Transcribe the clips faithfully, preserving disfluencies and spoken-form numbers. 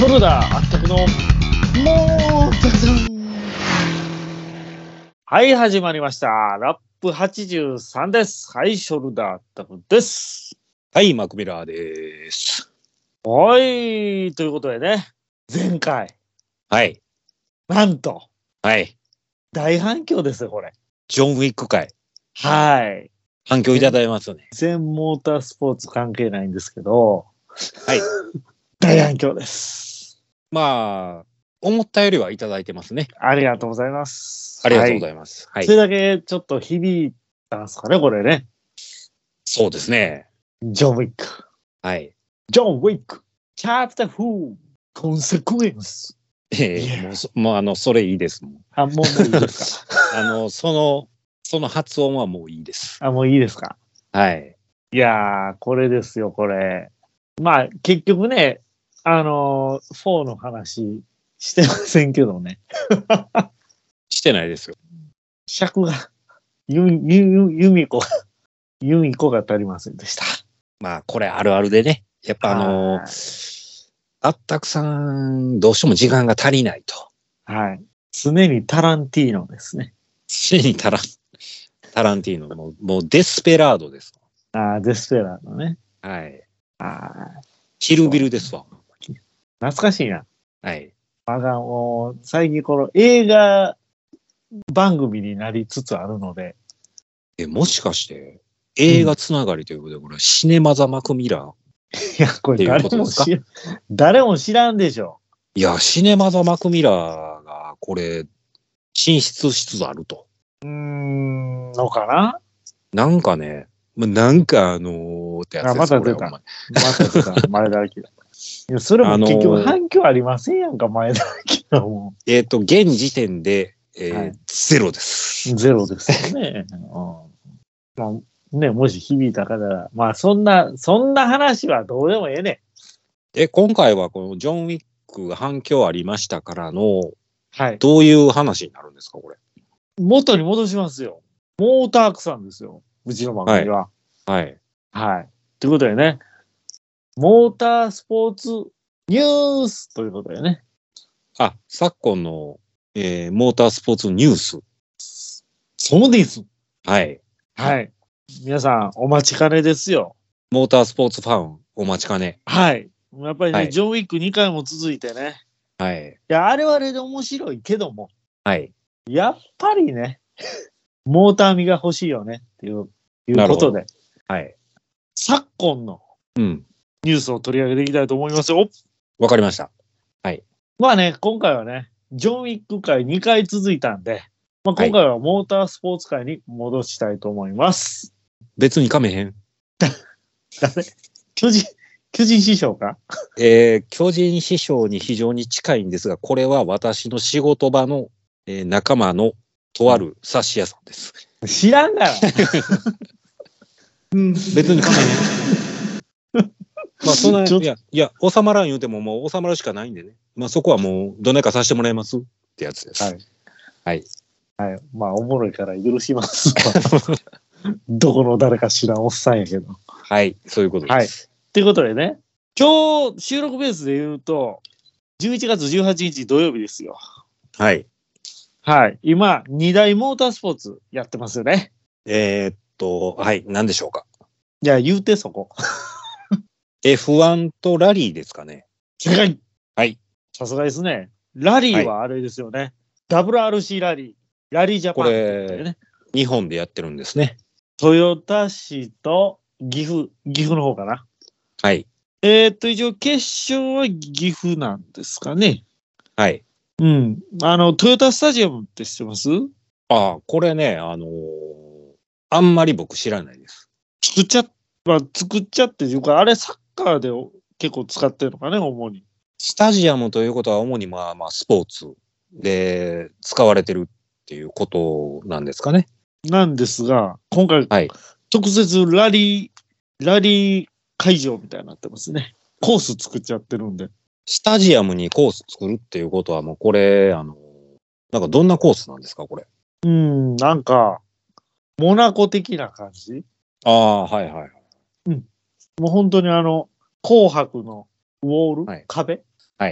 ショルダーあったくのもうたくさん。はい、始まりました。ラップはちじゅうさんです。はい、ショルダーあったくです。 はい、マクミラーです。 はい、ということでね、前回、 はい、 なんと、 はい。 大反響ですよ、これ。 ジョン・ウィック会、 はい。 反響いただいますよね。 全モータースポーツ関係ないんですけど、 はい。 大反響です。 まあ、思ったよりはいただいてますね。 ありがとうございます。 ありがとうございいます。はい。 それだけちょっと響いたんですかね、これね。 そうですね。 ジョン・ウィック。 はい。 ジョン・ウィック。チャプターフォー。コンセクエンス。 ええ Yeah もうそ、もうあの、それいいですもん。 あ、もう、もういいですか。 あの、その、その発音はもういいです。 あ、もういいですか。 はい。 いやー、これですよ、これ。まあ、結局ね、あのー、フォーの話してませんけどね。 してないですよ。 尺が、ゆ、ゆ、ゆ、ゆみこが、ゆみこが足りませんでした。 まあ、これあるあるでね。やっぱあのはいあったくさん、どうしても時間が足りないと。 はい。常にタランティーノですね。 常にタラン、タランティーノ、もう、もうデスペラードです。 ああ、デスペラーのね。 はい。 ああ、 キルビルですわ。 懐かしいな。 はい。 あがもう、最近この映画番組になりつつあるので。 え、もしかして、映画つながりということで、これ、シネマザマクミラーっいや、これていう誰ことですか？ も知らん、誰も知らんでしょ。 いや、シネマザマクミラーが、これ、進出しつつあると。 うーん、のかな。 なんかね、まなんかあのーってやつあ、 です、これ、 また出た。 お前。 また出た。前田明。いや、それもあの結局ー反響ありませんやんか、前田明も。 えっと、現時点で、えーはいゼロです。 ゼロですよね。うん、まあ、ね、もし響いた方が、まあ、そんな、そんな話はどうでもええね。 え、今回はこのジョン・ウィックが反響ありましたからの、 はい。 どういう話になるんですか、これ。 元に戻しますよ。モータークさんですよ。うちの番組は。 はい。 はい。ということでね、モータースポーツニュースということでね。 あ、昨今の、えーモータースポーツニュース。 そうです。 はい。 はい。皆さん、お待ちかねですよ。 モータースポーツファン、お待ちかね。 はい。やっぱりね、 はい。 ジョン・ウィックにかいも続いてね。 はい。 いや、あれはあれで面白いけども、 はい。 やっぱりね、モーター味が欲しいよねっていう、いうなるほど。 ことで、 はい。 昨今のうん。 ニュースを取り上げていきたいと思いますよ。 わかりました。はい。 まあね、今回はね、ジョン・ウィック会にかい続いたんで、まあ、 はい今回はモータースポーツ界に戻したいと思います。 別にかめへん。 誰巨人、巨人師匠か。 えー巨人師匠に非常に近いんですが、これは私の仕事場の、えー仲間のとある冊子屋さんです。 知らんがな。 うん、別にかめへん。まあ、そんな、 ちょっといや、いや、収まらん言うてももう収まるしかないんでね。まあ、そこはもう、どないかさせてもらいますってやつです。 はい。 はい。 はい。まあ、おもろいから許しますわ。どこの誰か知らんおっさんやけど。 はい、そういうことはい。 です。 ということでね、今日収録ベースで言うと、じゅういちがつじゅうはちにち土曜日ですよ。 はい。 はい。今、に大モータースポーツやってますよね。 えーっと、はい、何でしょうか。 いや、言うてそこ。 エフワン とラリーですかね。 正解。 はい。 さすがですね。ラリーはい。 はあれですよね。ダブリューアールシー ラリー。ラリージャこパンということでれ、 ね。 日本でやってるんですね。 豊田市と岐阜、岐阜の方かな。 はい。 えーっと、一応決勝は岐阜なんですかね。 はい。 うん。あの、トヨタスタジアムって知ってます？ ああ、これね、あのーあんまり僕知らないです。 作っちゃ、まあ、作っちゃっていうか、あれサッカーで結構使ってるのかね、主に。 スタジアムということは主にまあまあスポーツで使われてるっていうことなんですかね。 なんですが、今回、 はい。 特設ラリー、ラリー会場みたいになってますね。コース作っちゃってるんで。 スタジアムにコース作るっていうことはもうこれ、あの、なんかどんなコースなんですか、これ。 うん、なんか、モナコ的な感じ。 ああ、はいはい。 うん。もう本当にあの、紅白のウォール、 はい。 壁はい。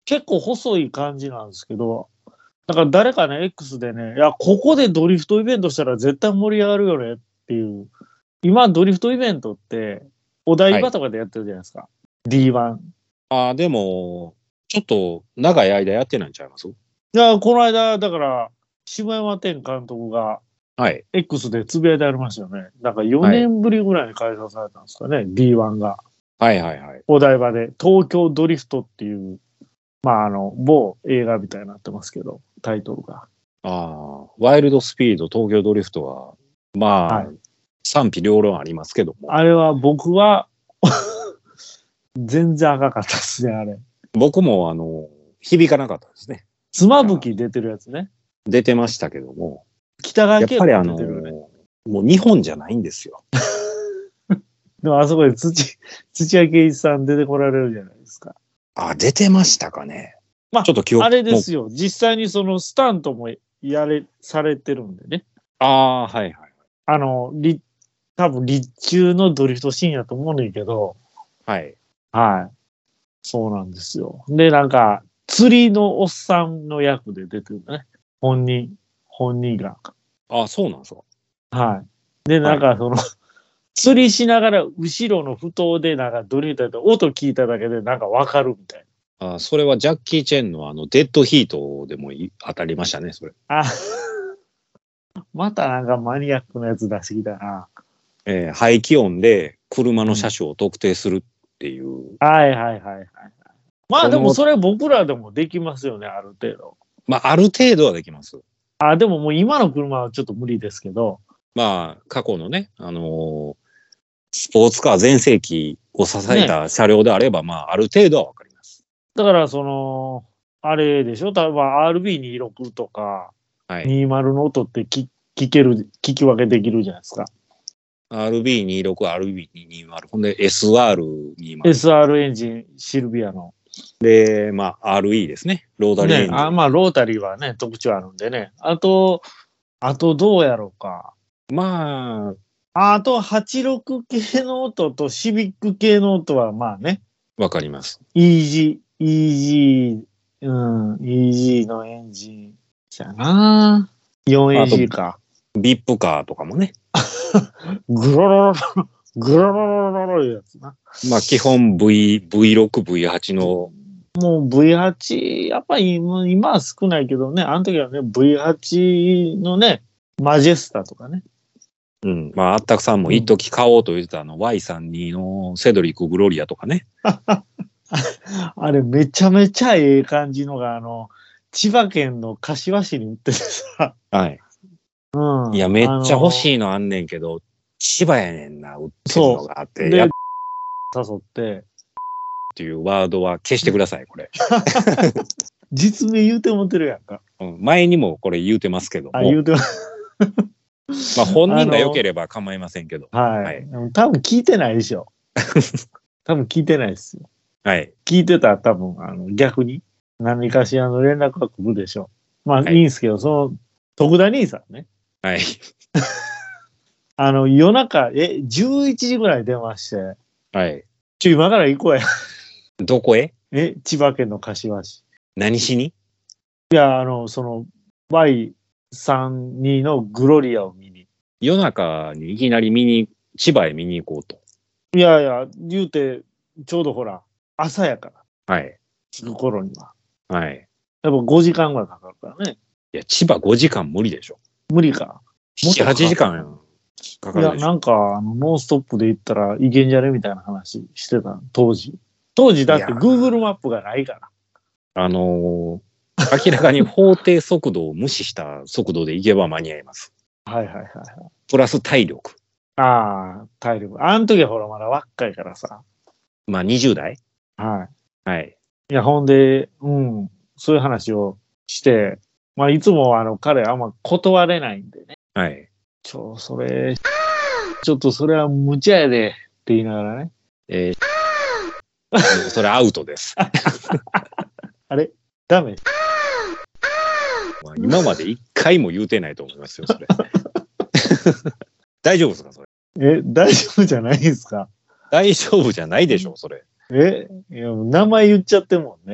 結構細い感じなんですけど、だから誰かね、X でね、いや、ここでドリフトイベントしたら絶対盛り上がるよねっていう。今、ドリフトイベントって、お台場とかでやってるじゃないですか。はい、ディーワン。 ああ、でも、ちょっと長い間やってないんちゃいます？いや、この間、だから、柴山天監督が、 はい。 X でつぶやいてありましたよね。なんかよねんぶりぐらいに開催されたんですかね、はい、ディーワン が。 はいはいはい。 お台場で、東京ドリフトっていう、まあ、あの、某映画みたいになってますけど、タイトルが。 ああ、ワイルドスピード、東京ドリフトは、まあ、はい、賛否両論ありますけども。 あれは僕は、全然赤かったですね、あれ。 僕も、あの、響かなかったですね。 妻夫木出てるやつね。 出てましたけども。 北川景子出てるね。もう日本じゃないんですよ。 でもあそこで土、土屋圭一さん出てこられるじゃないですか。 あ、出てましたかね。 まあ、ちょっと記憶、あれですよ。実際にそのスタントもやれ、されてるんでね。 ああ、はいはい。 あの、り、多分立中のドリフトシーンやと思うんだけど。 はい。 はい。そうなんですよ。で、なんか、釣りのおっさんの役で出てるね。本人、本人が。 ああ、そうなんですか。 はい。で、なんかその、はい、釣りしながら後ろの埠頭でなんかドリフトやって音聞いただけでなんかわかるみたいな。あ、それはジャッキー・チェンのあのデッドヒートでも当たりましたね、それ。 あ、またなんかマニアックなやつ出してきたな。 えー、排気音で車の車種を特定するっていう。うん、 はいはいはいはい。まあでもそれ僕らでもできますよね、ある程度。 まあある程度はできます。 あ、でももう今の車はちょっと無理ですけど。 まあ過去のね、あのー、スポーツカー全盛期を支えた車両であれば、ね、まあある程度はわかります。 だからその、あれでしょ、例えば アールビーにじゅうろく とか、はい、にじゅうの音って聞ける、聞き分けできるじゃないですか。 アールビーにじゅうろく、アールビーにじゅう、ほんで エスアールにじゅう。 エスアール エンジン、シルビアの。 で、まあ アールイー ですね。ロータリーエンジン。 ね、あまあロータリーはね、特徴あるんでね。あと、あとどうやろうか。 まあ。 あとはちじゅうろく系の音とシビック系の音はまあね。 わかります。 イージー、イージー、うん、イージー のエンジンじゃな。よんエージー か。 ビップカーとかもね。 グロロロロ、グロロロロロいうやつな。 まあ基本 V、ブイろく、ブイはち の。 もう ブイはち、やっぱり今は少ないけどね、あの時はね、ブイはち のね、マジェスタとかね。 うん。まあ、あったくさんも一時買おうと言ってたあの、うん、ワイさんじゅうに のセドリック・グロリアとかね。 あれめちゃめちゃええ感じのが、あの、千葉県の柏市に売っててさ。 はい。うん。いや、めっちゃ欲しいのあんねんけど、千葉やねんな、売ってるのがあって。 で、誘って。 っていうワードは消してください、これ。 実名言うてもってるやんか。 うん。前にもこれ言うてますけども。 あ、言うてます。 まあ本人が良ければ構いませんけど。 はい。はい、多分聞いてないでしょ。多分聞いてないですよ。 はい。 聞いてたら多分、あの、逆に何かしらの連絡が来るでしょう。まあ、はい、いいんですけど、その、徳田兄さんね。 はい。 あの、夜中、え、じゅういちじぐらい電話して。 はい。 ちょ、今から行こうや。 どこへ？ え、千葉県の柏市。 何しに？ いや、あの、その、ワイさんじゅうに のグロリアを見に。 夜中にいきなり見に、千葉へ見に行こうと。 いやいや、言うて、ちょうどほら、朝やから。 はい。 着く頃には。 はい。 やっぱごじかんぐらいかかるからね。 いや、千葉ごじかん無理でしょ。 無理か。 なな、はちじかんかかるでしょ。 いや、なんか、あの、ノンストップで行ったらいけんじゃねみたいな話してた、当時。当時だって Google マップがないから。 あのー、明らかに法定速度を無視した速度で行けば間に合います。 はいはいはい。 プラス体力。 ああ、体力。あの時はほらまだ若いからさ。 まあにじゅう代？ はい。 はい。 いや、ほんで、うん、そういう話をして、まあいつもあの彼あんま断れないんでね。 はい。 ちょ、それ、ちょっとそれは無茶やでって言いながらね。 えー、それアウトです。 あれダメまあ今まで一回も言うてないと思いますよ、それ。大丈夫ですか、それ。 え、大丈夫じゃないですか？ 大丈夫じゃないでしょ、それ。 え、いや、名前言っちゃってもんね。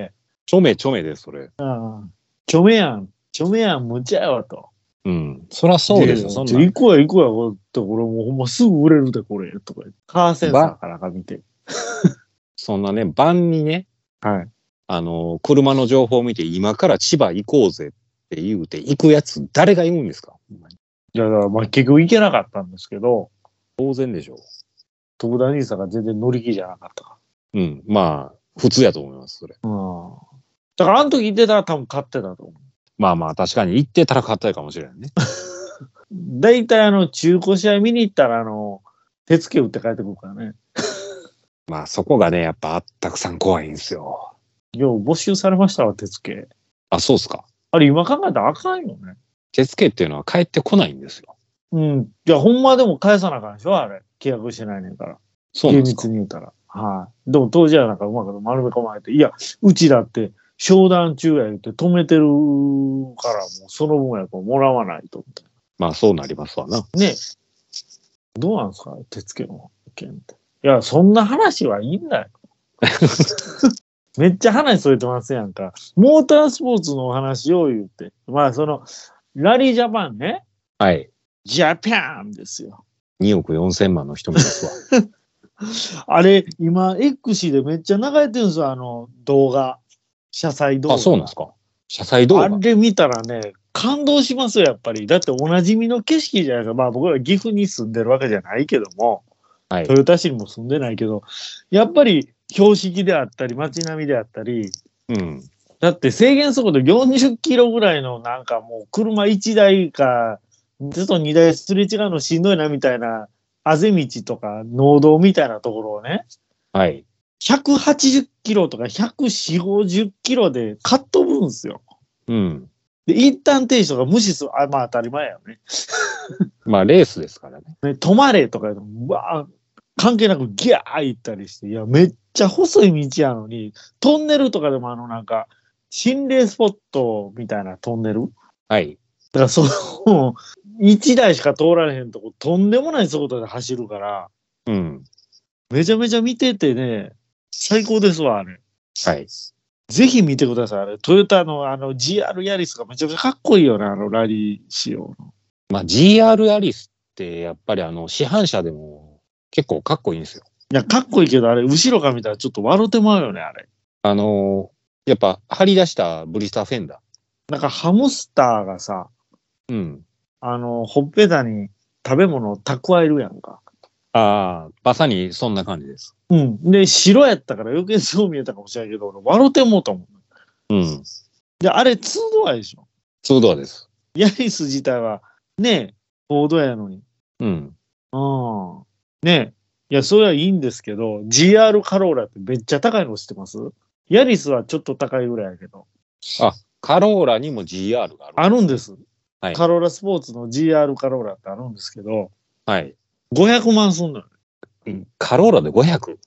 ちょめちょめです、それ。 うん。ちょめやん。ちょめやん、むちゃやわと。 うん。そらそうですよ、そんな。 行こうや行こうや、これ、これもうほんますぐ売れるで、これ。とか言って。カーセンサーからか見て。 そんなね、晩にね、 はい。 あの、車の情報を見て、今から千葉行こうぜって言うて、行くやつ、誰が言うんですか？ いや、だからまあ結局行けなかったんですけど、 当然でしょ徳田兄さんが全然乗り気じゃなかったかう。うん。まあ、普通やと思います、それ。 ら。うん。だからあの時行ってたら多分買ってたと思う。 まあまあ、確かに行ってたら買ったかもしれないね。 大体あの、中古試合見に行ったらあの、手付け売って帰ってくるからね。 まあ、そこがね、やっぱ、たくさん怖いんですよ。 よう募集されましたわ、手付け。 あ、そうっすか。 あれ今考えたらあかんよね。 手付けっていうのは帰ってこないんですよ。 うん。いや、ほんまでも返さなあかんでしょあれ。契約してないねんから。厳そうなんですか。 密に言うたら。はい。でも当時はなんかうまく丸め込まれて、いや、うちだって商談中や言って止めてるからもうその分やからもらわないと。 まあ、そうなりますわな。 ね。どうなんですか手付けの件って。いや、そんな話はいいんだよ。めっちゃ話添えてますやんか。モータースポーツのお話を言って。まあ、その、ラリージャパンね。 はい。 ジャパンですよ。 におくよんせんまんの人もいますわ。 あれ、今、X でめっちゃ流れてるんですよ、あの動画。車載動画。 あ、そうなんですか。車載動画。 あれ見たらね、感動しますよ、やっぱり。だっておなじみの景色じゃないですか。まあ僕ら岐阜に住んでるわけじゃないけども、 はい。 豊田市にも住んでないけど、やっぱり標識であったり、街並みであったり、 うん。 だって制限速度よんじゅっキロぐらいのなんかもう車いちだいか、ちょっとにだいすれ違うのしんどいなみたいな、あぜ道とか農道みたいなところをね、 はい。 ひゃくはちじゅっキロとかひゃくよんじゅう、ごじゅっキロでかっ飛ぶんですよ。 うん。 で、一旦停止とか無視する。あ、まあ当たり前やよね。 まあ、レースですからね。 ね止まれとか言うと、うわー関係なくギャー行ったりして、いや、めっちゃ細い道やのに、トンネルとかでもあのなんか、心霊スポットみたいなトンネルはい。 だからその、一台しか通られへんとこ、とんでもない速度で走るから、 うん。 めちゃめちゃ見ててね、最高ですわ、あれ。 はい。 ぜひ見てください。あれ、トヨタのあの ジーアール ヤリスがめちゃめちゃかっこいいよね、あのラリー仕様の。 まあ、ジーアール アリスってやっぱりあの市販車でも結構かっこいいんですよ。 いや、かっこいいけど、あれ、後ろから見たらちょっと笑ってまうよね、あれ。 あのー、やっぱ張り出したブリスターフェンダなんかハムスターがさ、 ー。うん。 あの、ほっぺたに食べ物を蓄えるやんか。 ああ、まさにそんな感じです。 うん。で、白やったから余計そう見えたかもしれないけど、俺笑ってもうたもん。 うん。 で、あれ、ツードアでしょ。 ツードアです。 ヤリス自体は、ねえ、フォードやのに。 うん。 うん。ねえ。いや、それはいいんですけど、ジーアール カローラってめっちゃ高いの知ってます？ヤリスはちょっと高いぐらいやけど。 あ、カローラにも ジーアール がある。 あるんです。 はい。 カローラスポーツの ジーアール カローラってあるんですけど、 はい。 ごひゃくまんすんのよ。 カローラでごひゃく？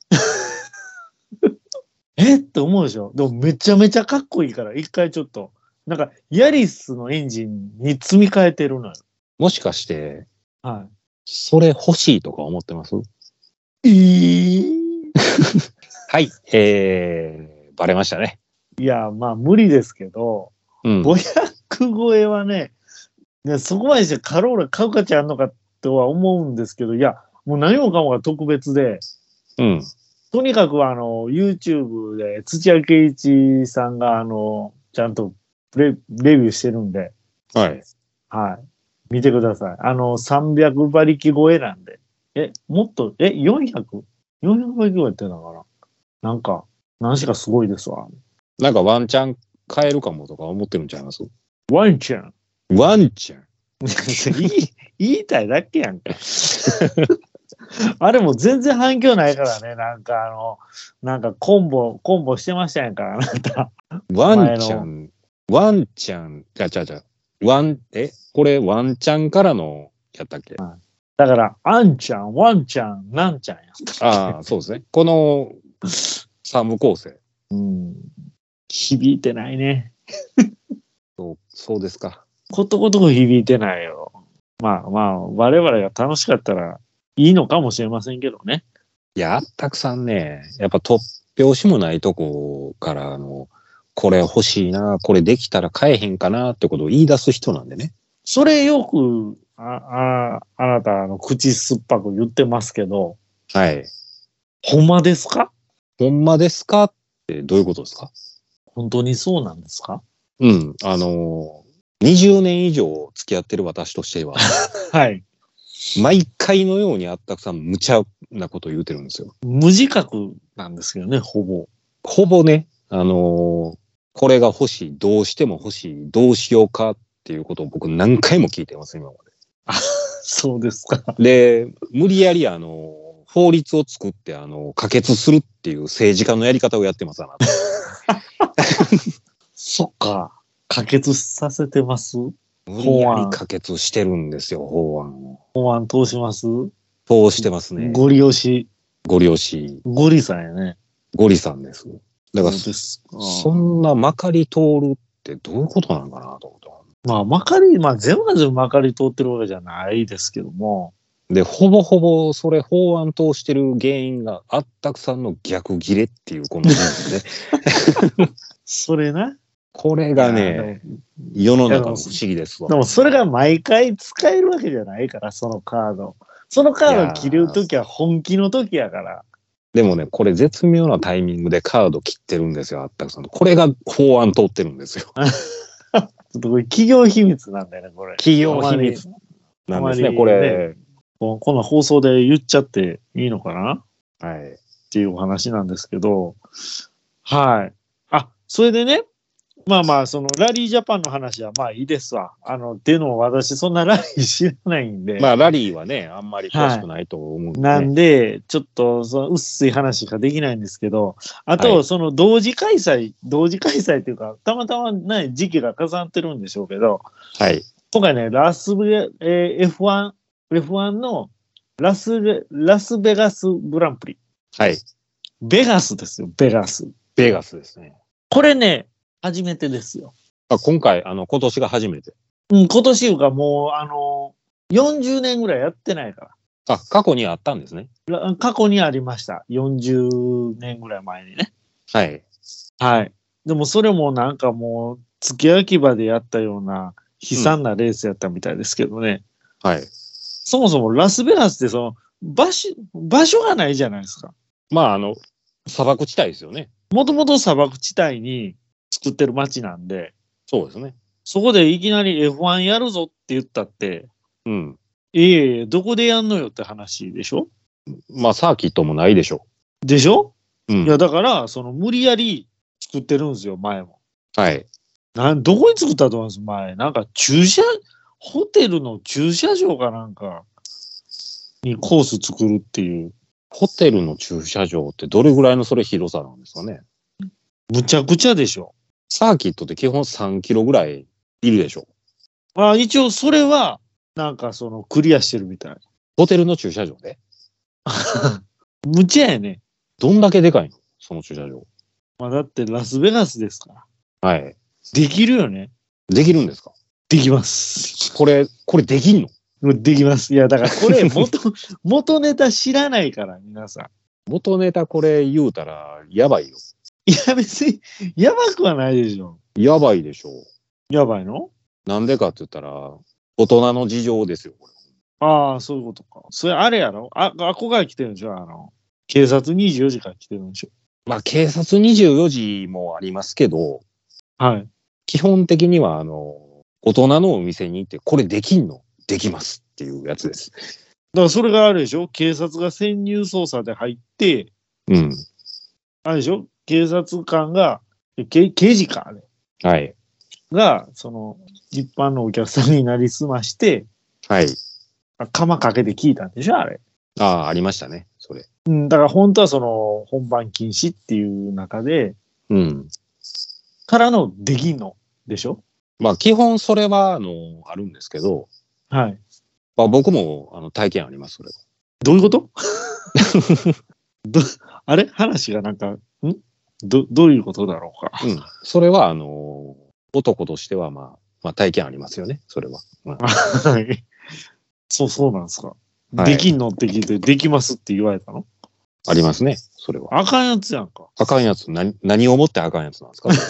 えって思うでしょ？でもめちゃめちゃかっこいいから、一回ちょっと、なんか、ヤリスのエンジンに積み替えてるのよ。 もしかして、 はそれ欲しいとか思ってます？ い。えー、 はい。えー、バレましたね。 いや、まあ無理ですけど、 うん。 ごひゃく超えはね、ねそこまでしてカローラ買う価値あるのかとは思うんですけど、いや、もう何もかもが特別で、 うん。 とにかくあの、YouTube で土屋圭一さんがあの、ちゃんとレレビューしてるんで、 はい。 はい。見てください。あの、さんびゃく馬力超えなんで。え、もっと、え、よんひゃく?よんひゃく 馬力超えってんだから。なんか、何しかすごいですわ。 なんかワンチャン買えるかもとか思ってるんちゃいます？ ワンちゃん。 ワンチャン。 言い、言いたいだけやんか。あれも全然反響ないからね。なんかあの、なんかコンボ、コンボしてましたやんか、あなた。 ワンちゃん、ワンちゃん、じゃじゃじゃ、ワン、え、これワンちゃんからのやったっけ？ だから、あんちゃん、ワンちゃん、なんちゃんやったっああ、そうですね。この三部構成。 け。うん。響いてないね。 そう、そうですか。 ことごとく響いてないよ。まあまあ、我々が楽しかったらいいのかもしれませんけどね。 いや、たくさんね、やっぱ突拍子もないとこから、あの、 これ欲しいな、これできたら買えへんかなってことを言い出す人なんでね。 それよく、あ、あ、あなた、あの、口酸っぱく言ってますけど、 はい。 ほんまですか？ ほんまですかってどういうことですか？ 本当にそうなんですか？ うん。あのー、にじゅうねん以上付き合ってる私としては、 はい。 毎回のようにあったくさん無茶なことを言うてるんですよ。 無自覚なんですけどね、ほぼ。 ほぼね、あのー、これが欲しい、どうしても欲しい、どうしようかっていうことを僕何回も聞いてます、今まで。 あ、そうですか。 で、無理やりあの、法律を作って、あの、可決するっていう政治家のやり方をやってます、あなた。 そっか。可決させてます？ 無理やり可決してるんですよ、法案を。 法案通します？ 通してますね。 ゴリ押し。 ゴリ押し。 ゴリさんやね。 ゴリさんです。だから、 そうですか。 そんなまかり通るってどういうことなのかなと思って。 まあ、まかり、まあ、全部が全部まかり通ってるわけじゃないですけども。 で、ほぼほぼそれ法案通してる原因があったくさんの逆ギレっていうこの人物ね。 それな。 これがね、世の中の不思議ですわ。 でもそれが毎回使えるわけじゃないから、そのカード。そのカード切るときは本気のときやから。 でもね、これ絶妙なタイミングでカード切ってるんですよ、あったくさん。これが法案通ってるんですよ。 ちょっとこれ企業秘密なんだよね、これ。 企業秘密なんですね、これ。 こんな放送で言っちゃっていいのかな？ はい。 っていうお話なんですけど、はい。あ、それでね、まあまあ、そのラリージャパンの話はまあいいですわ。あの、っていうのも私そんなラリー知らないんで。 まあラリーはね、あんまり詳しくないと思うんで、ね。 はい、なんで、ちょっとその薄い話しかできないんですけど、あと、はい、その同時開催、同時開催っていうか、たまたまない時期が重なってるんでしょうけど、 はい。 今回ね、ラスベ、えー、エフワン、エフワン のラスベ、ラスベガスグランプリ。 はい。 ベガスですよ、ベガス。 ベガスですね。 これね、初めてですよ。 あ、今回、あの、今年が初めて。 うん、今年がもう、あの、よんじゅうねんぐらいやってないから。 あ、過去にあったんですね。 過去にありました。よんじゅうねんぐらい前にね。 はい。 はい。でもそれもなんかもう、付け焼き場でやったような悲惨なレースやったみたいですけどね。 うん、はい。 そもそもラスベガスってその、場所、場所がないじゃないですか。 まあ、あの、砂漠地帯ですよね。 もともと砂漠地帯に作ってる街なんで。 そうですね。 そこでいきなり エフワン やるぞって言ったって、 うん。 いえいえ、どこでやんのよって話でしょ？ まあ、サーキットもないでしょ。 でしょ？ うん。 いや、だから、その、無理やり作ってるんですよ、前も。 はい。 なん、どこに作ったと思います、前。なんか、駐車、ホテルの駐車場かなんかにコース作るっていう。 ホテルの駐車場ってどれぐらいのそれ広さなんですかね？ むちゃくちゃでしょ。 サーキットって基本さんキロぐらいいるでしょ。 あ、一応、それは、なんか、その、クリアしてるみたい。 ホテルの駐車場でむちゃやね。 どんだけでかいのその駐車場。 まあ、だってラスベガスですから。 はい。 できるよね。 できるんですか？ できます。 これ、これできんの？ できます。いや、だからこれ元、元ネタ知らないから、皆さん。 元ネタこれ言うたら、やばいよ。 いや、別に、やばくはないでしょ。 やばいでしょ。 やばいの？ なんでかって言ったら、大人の事情ですよ、これ。 ああ、そういうことか。それあれやろ？あ、あこから来てるんでしょ？あの、警察にじゅうよじから来てるんでしょ？ まあ、警察にじゅうよじもありますけど、 はい。 基本的には、あの、大人のお店に行って、これできんの？できますっていうやつです。 だからそれがあるでしょ？警察が潜入捜査で入って、 うん。 あれでしょ？警察官が、刑事か、あれ。 はい。 が、その、一般のお客さんになりすまして、 はい。 釜かけて聞いたんでしょ？あれ。 ああ、ありましたね、それ。 うん、だから本当はその、本番禁止っていう中で、 うん。 からのできんのでしょ？ まあ、基本それは、あの、あるんですけど、 はい。 まあ、僕も、あの、体験あります、それは。 どういうことどあれ話がなんか、んど、どういうことだろうか。 うん。それは、あの、男としては、まあ、まあ、体験ありますよね、それは。うん、 はい。そう、そうなんですか。 はい、 できんのって聞いて、できますって言われたの？ ありますね、それは。 あかんやつやんか。 あかんやつ、何、何をもってあかんやつなんですか？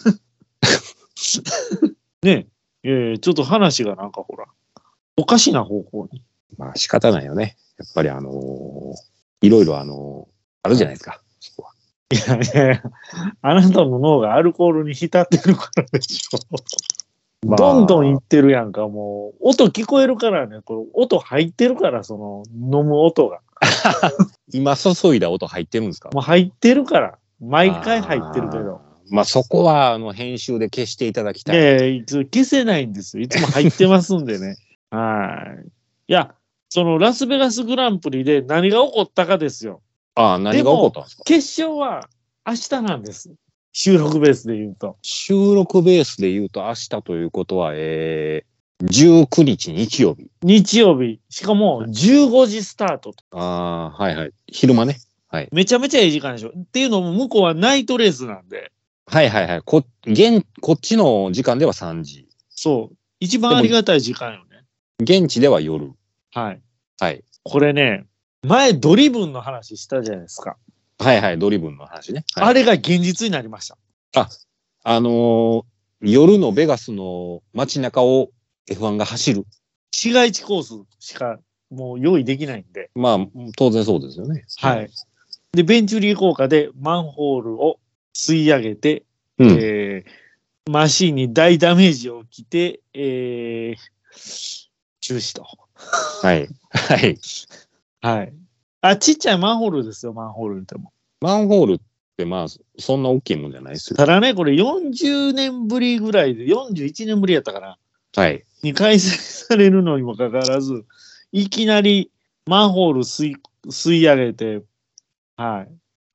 ねえ、いやいやちょっと話がなんかほら、おかしな方向に。 まあ仕方ないよね。やっぱりあのーいろいろあのーあるじゃないですか、そこは。 いやいやいや、あなたの脳がアルコールに浸ってるからでしょ。 まあどんどんいってるやんか、もう。音聞こえるからね、これ音入ってるから、その、飲む音が。 今注いだ音入ってるんですか？ もう入ってるから。毎回入ってるけど。 あーまあそこはあの編集で消していただきたい。 いやいや、いつ消せないんですよ。いつも入ってますんでね。はい。いや、そのラスベガスグランプリで何が起こったかですよ。 ああ、何が起こったんですか？ 決勝は明日なんです。収録ベースで言うと。 収録ベースで言うと明日ということは、えー、じゅうくにち日曜日。 日曜日。しかもじゅうごじスタートと。 ああ、はいはい。昼間ね。はい。 めちゃめちゃいい時間でしょ。っていうのも向こうはナイトレースなんで。 はいはいはい。こ、現、こっちの時間ではさんじ。 そう。一番ありがたい時間よね。 現地では夜。 はい。 はい。 これね、前ドリブンの話したじゃないですか。 はいはい。ドリブンの話ね。はい、 あれが現実になりました。 あ、あのー夜のベガスの街中を エフワン が走る。 市街地コースしかもう用意できないんで。 まあ、当然そうですよね。 はい。で、ベンチュリー効果でマンホールを吸い上げて、 うん、 えー、マシンに大ダメージをきて、えー、中止と。 はい。はい。 はい。あ、ちっちゃいマンホールですよ、マンホールでも。 マンホールってまあ、そんな大きいもんじゃないですよ。 ただね、これよんじゅうねんぶりぐらいで、よんじゅういちねんぶりやったかな。 はい。 に開催されるのにもかかわらず、いきなりマンホール吸い、吸い上げて、はい。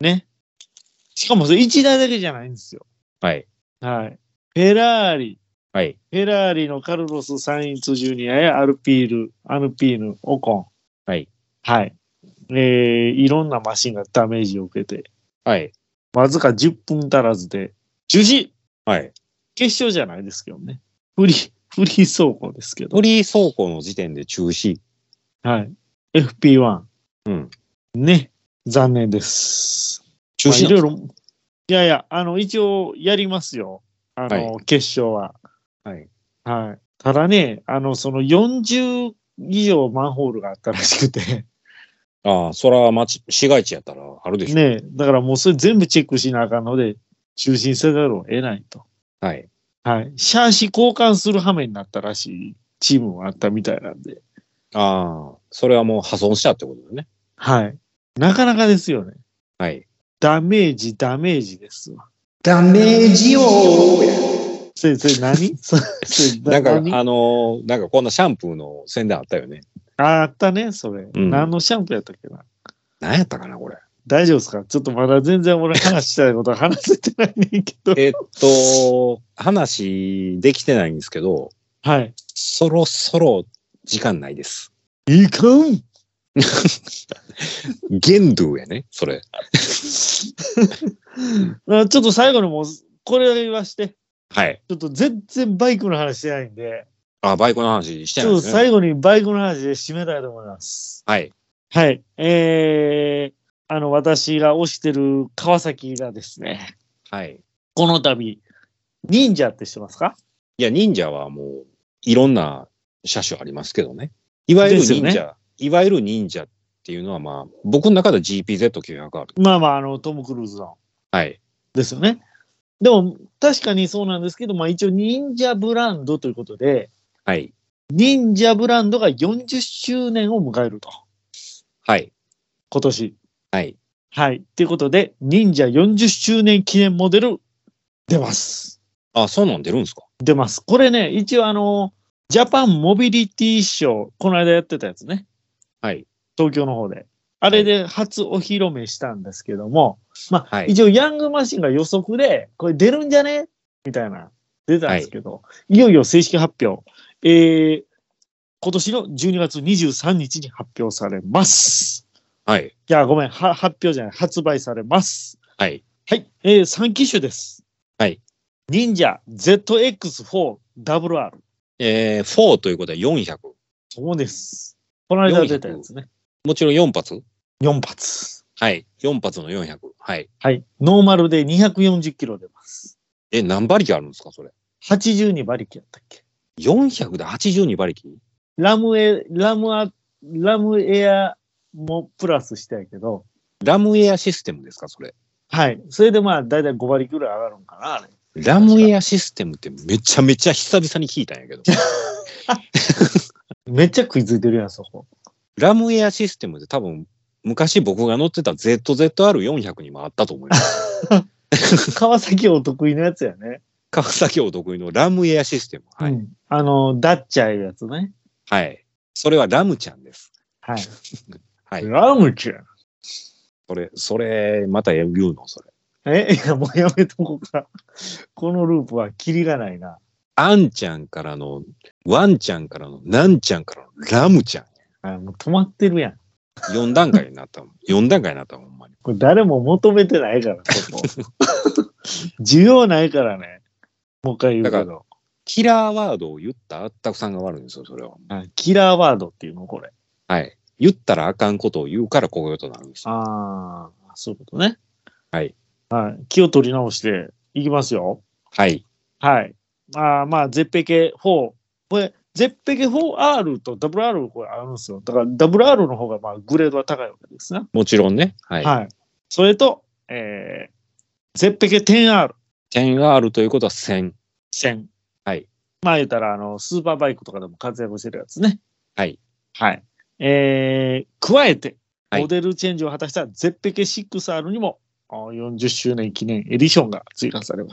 ね。しかもそれいちだいだけじゃないんですよ。 はい。 はい。フェラーリ、 はい。 フェラーリのカルロス・サインツ・ジュニアやアルピール、アルピーヌ、オコン。 はい。 はい。えー、いろんなマシンがダメージを受けて、 はい。 わずかじゅっぷん足らずで中止。 はい。 決勝じゃないですけどね。フリー、フリー走行ですけど。 フリー走行の時点で中止。 はい。エフピーワン。 うん。 ね。残念です。 中止まあ、いろいろ。いやいや、あの、一応やりますよ。あの、 は決勝は。 はい。 はい。ただね、あの、そのよんじゅう以上マンホールがあったらしくて。 ああ、そら町、市街地やったらあるでしょ。 ね。だからもうそれ全部チェックしなあかんので、中止せざるを得ないと。 はい。 はい。シャーシ交換する羽目になったらしいチームもあったみたいなんで。 ああ、それはもう破損したってことだね。 はい。なかなかですよね。 はい。 ダメージ、ダメージですわ。 ダメージよそれ、それ何それなんか、あ何のーなんかこんなシャンプーの宣伝あったよね。 ああったね、それ。 うん何のシャンプーやったっけな。 何やったかな、これ。 大丈夫ですか？ちょっとまだ全然俺話したいことは話せてないねんけど。 えっと、話できてないんですけど、 はい。 そろそろ時間ないです。 いかん限度やね、それ。 あちょっと最後にもう、これ言わして。 はい。 ちょっと全然バイクの話してないんで、 あ、バイクの話してちょっとないですね。 最後にバイクの話で締めたいと思います。 はい。 はい。えー、あの、私が推してる川崎がですね、 はい。 この度、忍者って知ってますか？ いや、忍者はもう、いろんな車種ありますけどね。いわゆる忍です者、いわゆる忍者っていうのはまあ、僕の中では ジーピーゼットきゅうひゃくアール。 まあまあ、あの、トム・クルーズの。 はい。 ですよね。でも、確かにそうなんですけど、まあ一応忍者ブランドということで、 はい。 忍者ブランドがよんじゅっしゅうねんを迎えると。 はい。 今年。 はい。 はい。ということで、忍者よんじゅっしゅうねん記念モデル出ます。 あ、そうなん出るんですか？ 出ます。これね、一応あの、ジャパンモビリティショー、この間やってたやつね。 はい。 東京の方で。あれで初お披露目したんですけども、まあ、 はい一応ヤングマシンが予測で、これ出るんじゃねみたいな、出たんですけど、い、よいよ正式発表。えー、今年のじゅうにがつにじゅうさんにちに発表されます。 はい。 いや、ごめん、は発表じゃない、発売されます。 はい。 はい、えー、さん機種です。 はい。 忍者 ゼットエックスフォーダブリューアール。 えー、フォーということはよんひゃく。 そうです。この間出たやつね。 もちろんよん発よん発。 はい。よん発のよんひゃく。はい。 はい。ノーマルでにひゃくよんじゅっキロ出ます。 え、何馬力あるんですか、それ。 はちじゅうに馬力やったっけ。 よんひゃくではちじゅうに馬力。 ラムエ、ラムア、ラムエアもプラスしたやけど。 ラムエアシステムですか、それ。 はい。それでまあ、だいたいご馬力ぐらい上がるんかな、あれ。 ラムエアシステムってめちゃめちゃ久々に聞いたんやけど。 めっちゃ食いついてるやん、そこ。 ラムエアシステムって多分、昔僕が乗ってた ゼットゼットアールよんひゃく にもあったと思います。 川崎お得意のやつやね。 川崎お得意のラムエアシステム。はい。うん、 あの、ダッチャーいうやつね。 はい。それはラムちゃんです。 はい。 はい。 ラムちゃん。 それ、それ、また言うのそれ。 え、いや、もうやめとこうか。このループはキリがないな。 アンちゃんからの、ワンちゃんからの、ナンちゃんからの、ラムちゃん。 あ、もう止まってるやん。 よん段階になったもん。よん段階になったもん、ほんまに。 これ誰も求めてないから、そこ。需要ないからね。もう一回言うけど。だからキラーワードを言ったあったくさんが悪いんですよ、それは。 キラーワードっていうのこれ。 はい。言ったらあかんことを言うからこういうことになるんですよ。 ああ、そういうことね。 はい。 はい。気を取り直していきますよ。 はい。 はい。あまあ、ゼッペケフォー。これ、ゼッペケ フォーアール と ダブリューアール これあるんですよ。だから ダブリューアール の方がまあグレードは高いわけですね。 もちろんね。はい。 はい。それと、えー、ゼッペケ テンアール。 テンアール ということはせん。 せん。 はい。 まあ言ったら、あの、スーパーバイクとかでも活躍してるやつね。 はい。 はい。えー、加えて、モデルチェンジを果たしたゼッペケ シックスアール にもよんじゅっしゅうねん記念エディションが追加されます。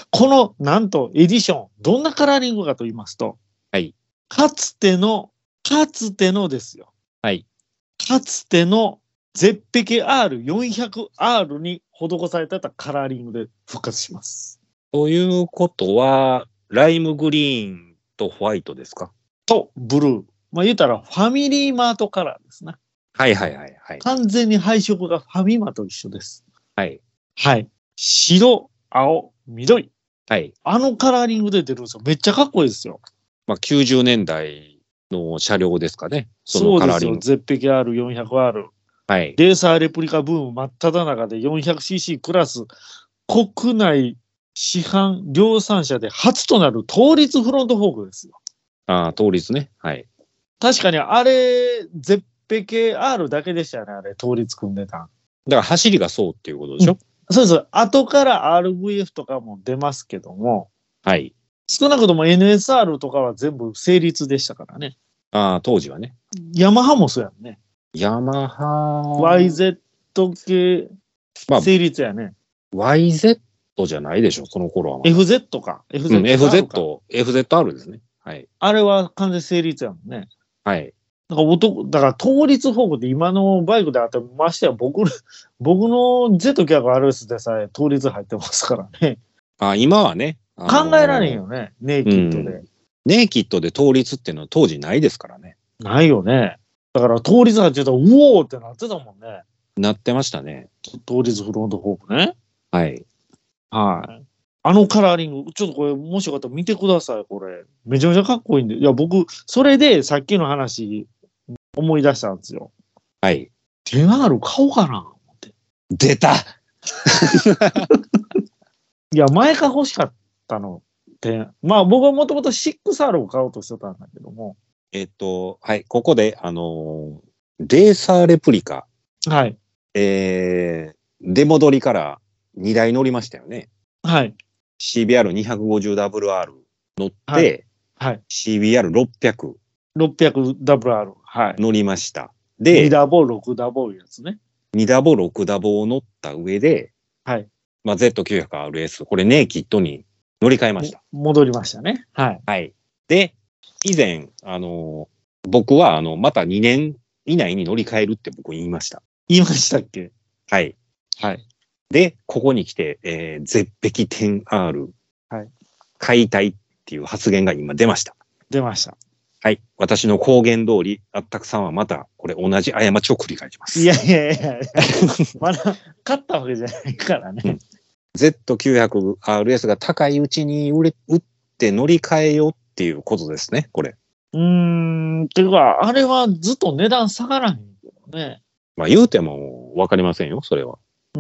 この、なんとエディション、どんなカラーリングかと言いますと、 はい。 かつての、かつてのですよ。 はい。 かつてのゼッペケ アールよんひゃくアール に施されてたカラーリングで復活します。 ということは、ライムグリーンとホワイトですか？ と、ブルー。まあ言うたらファミリーマートカラーですね。 はいはいはいはい。 完全に配色がファミマと一緒です。 はい。 はい。白、青、緑。 はい。 あのカラーリングで出るんですよ。めっちゃかっこいいですよ。 まあきゅうじゅうねんだいの車両ですかね。 そのカラーリング。そうですよ。ゼッペケ アールよんひゃくアール。 はい。 レーサーレプリカブーム真っ只中で よんひゃくシーシー クラス国内市販量産車で初となる倒立フロントフォークですよ。 ああ、倒立ね。はい。 確かにあれ、ゼッペケ アール だけでしたよね、あれ、倒立組んでたん。 だから走りがそうっていうことでしょ、うん、 そうです。後から アールブイエフ とかも出ますけども、 はい。 少なくとも エヌエスアール とかは全部成立でしたからね。 ああ、当時はね。 ヤマハもそうやんね。 ヤマハワイゼット 系、成立やね。 まあ、ワイゼット じゃないでしょ、その頃は、まだ。エフゼット か。エフゼット、うん、 エフゼット、エフゼットアール ですね。はい。あれは完全成立やもんね。 はい。 だから男、だから倒立フォークって今のバイクであってましてや僕、僕の ゼットきゅうひゃくアールエス でさえ倒立入ってますからね。 あ、今はね。 あのー、考えられんよね。ネイキッドで、うん。 ネイキッドで倒立っていうのは当時ないですからね。 ないよね。だから倒立入ってたら、うおーってなってたもんね。 なってましたね。 倒立フロントフォークね。 はい。 はい。あのカラーリング、ちょっとこれ、もしよかったら見てください、これ。めちゃめちゃかっこいいんで。いや、僕、それでさっきの話、思い出したんですよ。 はい。 テンアール買おうかな、思って。 出たいや、前から欲しかったの。まあ、僕はもともと シックスアール を買おうとしてたんだけども。 えっと、はい、ここで、あのー、レーサーレプリカ。 はい。 えー、出戻りからにだい乗りましたよね。 はい。 シービーアールにひゃくごじゅうダブリューアール 乗って、はい。はい、シービーアールろっぴゃく。 ろっぴゃくダブリューアール。はい。 乗りました。で、 にダボ、ろくダボいうやつね。 にダボ、ろくダボを乗った上で、 はい。 まあ、ゼットきゅうひゃくアールエス、これネイキッドに乗り換えました。 戻りましたね。はい。 はい。で、以前、あのー、僕は、あの、またにねん以内に乗り換えるって僕言いました。 言いましたっけ？ はい。 はい。 で、ここに来て、えー、ゼッペキ テンアール、 はい。 買いたいっていう発言が今出ました。 出ました。 はい。私の公言通り、あったくさんはまた、これ同じ過ちを繰り返します。 いやいやいやまだ、勝ったわけじゃないからね。うん、 ゼットきゅうひゃくアールエス が高いうちに売れ、売って乗り換えようっていうことですね、これ。 うーん、ていうか、あれはずっと値段下がらへんけどね。 まあ言うても分かりませんよ、それは。 うん、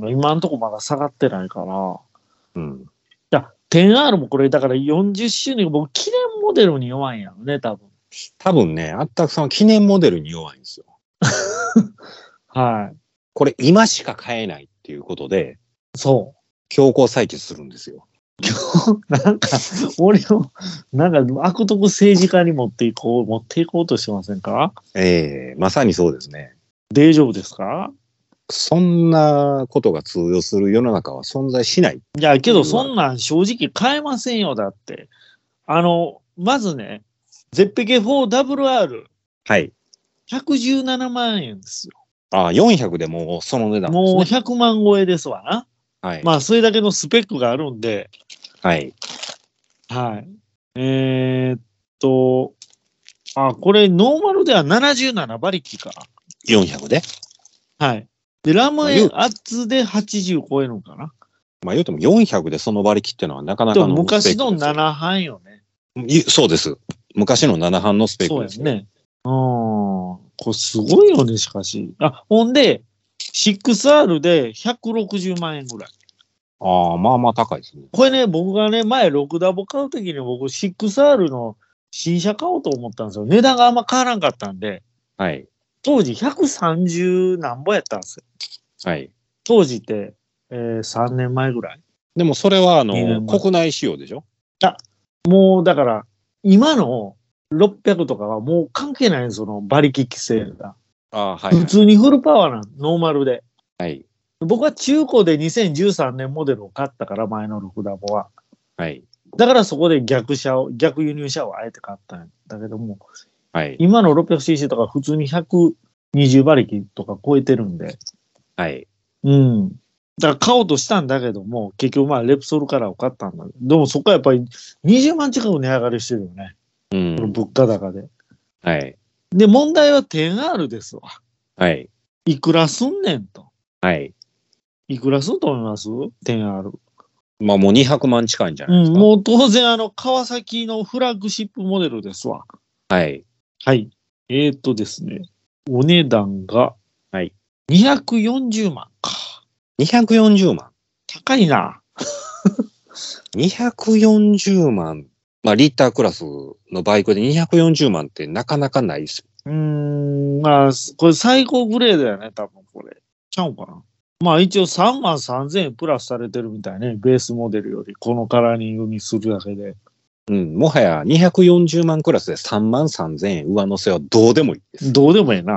今んとこまだ下がってないから。 うん。 いや、テンアール もこれだからよんじゅっしゅうねん、僕記念モデルに弱いんやろね、多分。 多分ね、あったくさんは記念モデルに弱いんですよ。 はい。 これ今しか買えないっていうことで、 そ強行採決するんですよ。 う。なんか、俺を、なんか悪徳政治家に持っていこう、持っていこうとしてませんか？ ええまさにそうですね。 大丈夫ですか？ そんなことが通用する世の中は存在しない。 いや、けどそんなん正直買えませんよ、だって。あの、まずね、ゼッペケ フォーダブリューアール、 はい。 ひゃくじゅうななまんえんですよ。 ああ、よんひゃくでもうその値段ですね。 もうひゃくまん超えですわな。 はい。 まあ、それだけのスペックがあるんで、 はい。 はい。えーっと、あ、これ、ノーマルではななじゅうなな馬力か。 よんひゃくで。 はい。で、ラムまあ言うエアッツではちじゅう超えるのかな。 まあ言うてもよんひゃくでその馬力っていうのはなかなでもかのスペッ昔のクですよ。 なな班よね。 いそうです。昔のなな班のスペッそクですよ。 うやんね。うん。これすごいよね、しかし。あ、ほんで、シックスアール でひゃくろくじゅうまんえんぐらい。 ああ、まあまあ高いですね。 これね、僕がね、前ろくダボ買うときに僕 シックスアール の新車買おうと思ったんですよ。値段があんま変わらんかったんで、 はい。 当時ひゃくさんじゅうなんぼやったんですよ。 はい。 当時って、えー、さんねんまえぐらい。 でもそれはあのにねんまえ国内仕様でしょ？ もうだから、今のろっぴゃくとかはもう関係ないんですよ、その馬力規制が。 ああ、はい、はい。 普通にフルパワーなの、ノーマルで。 はい。 僕は中古でにせんじゅうさんねんモデルを買ったから、前のろくダボは。 はい。 だからそこで逆車を、逆輸入車をあえて買ったんだけども、 はい。 今の ろっぴゃくシーシー とか普通にひゃくにじゅう馬力とか超えてるんで、 はい。 うん。だから買おうとしたんだけども、結局まあレプソルカラーを買ったんだけど、でもそこはやっぱりにじゅうまん近く値上がりしてるよね。 うこのん。 物価高で。 はい。 で、問題は テンアール ですわ。 はい。 いくらすんねんと。 はい。 いくらすると思います？ テンアール。 まあもうにひゃくまん近いんじゃうん、 ないですか。 もう当然あの、川崎のフラッグシップモデルですわ。 はい。 はい。えー、っとですね、お値段が、 はい。 にひゃくよんじゅうまんか。 にひゃくよんじゅうまん。 高いな。 にひゃくよんじゅうまん。まあリッタークラスのバイクでにひゃくよんじゅうまんってなかなかないですよ。 うーん、まあ、これ最高グレードやね、多分これ。ちゃうかな。まあ一応さんまんさんぜんえんプラスされてるみたいね。ベースモデルより、このカラーリングにするだけで。 うん。もはやにひゃくよんじゅうまんクラスでさんまんさんぜんえん上乗せはどうでもいいです。 どうでもええな。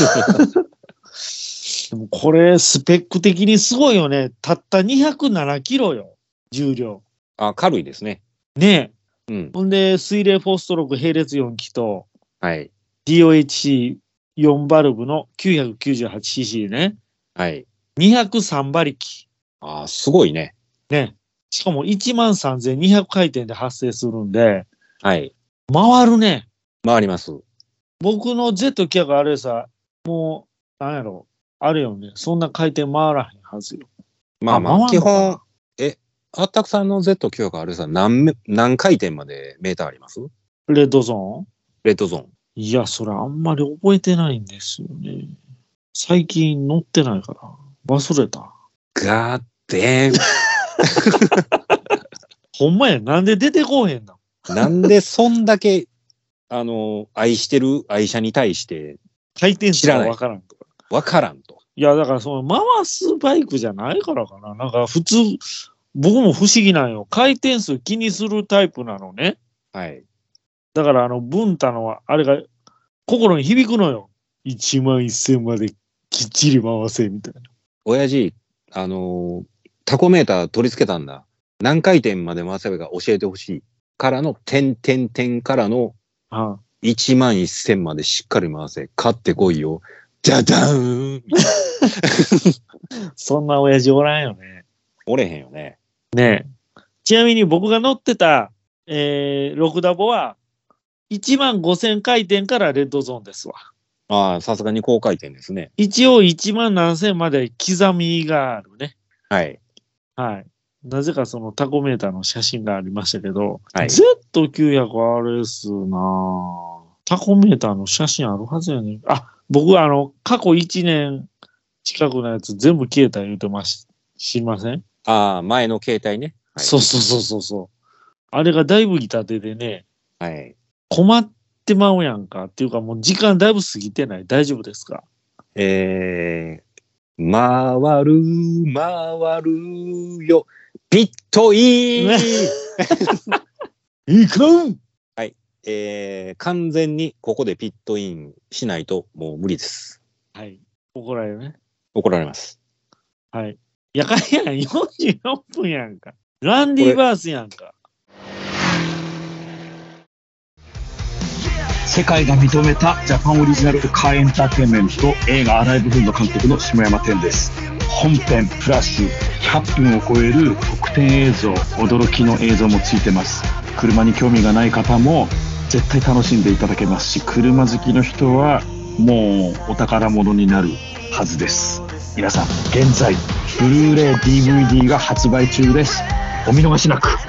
でもこれ、スペック的にすごいよね。たったにひゃくななキロよ。重量。 あ、軽いですね。 ねえ。 うん。 ほんで、水冷フォーストローク並列よん気と、 はい。 ディーオーエイチシーよん バルブの きゅうひゃくきゅうじゅうはちシーシー ね。 はい。 にひゃくさん馬力。 あ、すごいね。 ね。しかもいちまんさんぜんにひゃく回転で発生するんで、 はい。 回るね。 回ります。 僕の ゼットきゅうひゃくあれさ、もう、なんやろ、あれよね。そんな回転回らへんはずよ。 まあまあ、 回んのかな基本、え、あったくさんの ゼットきゅうひゃくあれさ、何め、何回転までメーターあります？ レッドゾーンレッドゾーン。 いや、それあんまり覚えてないんですよね。最近乗ってないから。忘れた。 ガーデン。 ほんまや、なんで出てこうへんの？ なんでそんだけ、あの、愛してる愛車に対して回転数がわからんとか。 わからんと。 いや、だからその回すバイクじゃないからかな。なんか普通、僕も不思議なんよ。回転数気にするタイプなのね。 はい。 だからあの、文太のは、あれが心に響くのよ。いちまんせんまできっちり回せ、みたいな。 親父、あのータコメーター取り付けたんだ。何回転まで回せばいいか教えてほしい。からの、点点点からの、 はあ、 いちまんせんまでしっかり回せ。勝ってこいよ。じゃじゃーん。 そんな親父おらんよね。 折れへんよね。 ねえ。ちなみに僕が乗ってた、えー、ろくダボはいちまんごせん回転からレッドゾーンですわ。 ああ、さすがに高回転ですね。 一応いちまん何千まで刻みがあるね。 はい。 はい。なぜかそのタコメーターの写真がありましたけど、 はい、 ゼットきゅうひゃくアールエス なぁ。タコメーターの写真あるはずやねん。あ、 僕、あの、過去いちねん近くのやつ全部消えた言うてます。知りません？ ああ、前の携帯ね。 はい、そうそうそうそうそう。あれがだいぶ痛手でね、 はい。 困ってまうやんか。っていうかもう時間だいぶ過ぎてない？大丈夫ですか？ えー、回る、回るよ。ピットイン、ね、 いかん。 はい。えー、完全にここでピットインしないともう無理です。 はい。怒られるね。 怒られます。 はい。やかんやん、よんじゅうよんぷんやんか。ランディバースやんか。 世界が認めたジャパンオリジナルカーエンターテインメント映画アライブフード監督の下山天です。本編プラスひゃっぷんを超える特典映像、驚きの映像もついてます。車に興味がない方も絶対楽しんでいただけますし、車好きの人はもうお宝物になるはずです。皆さん現在ブルーレイ ディーブイディー が発売中です。お見逃しなく。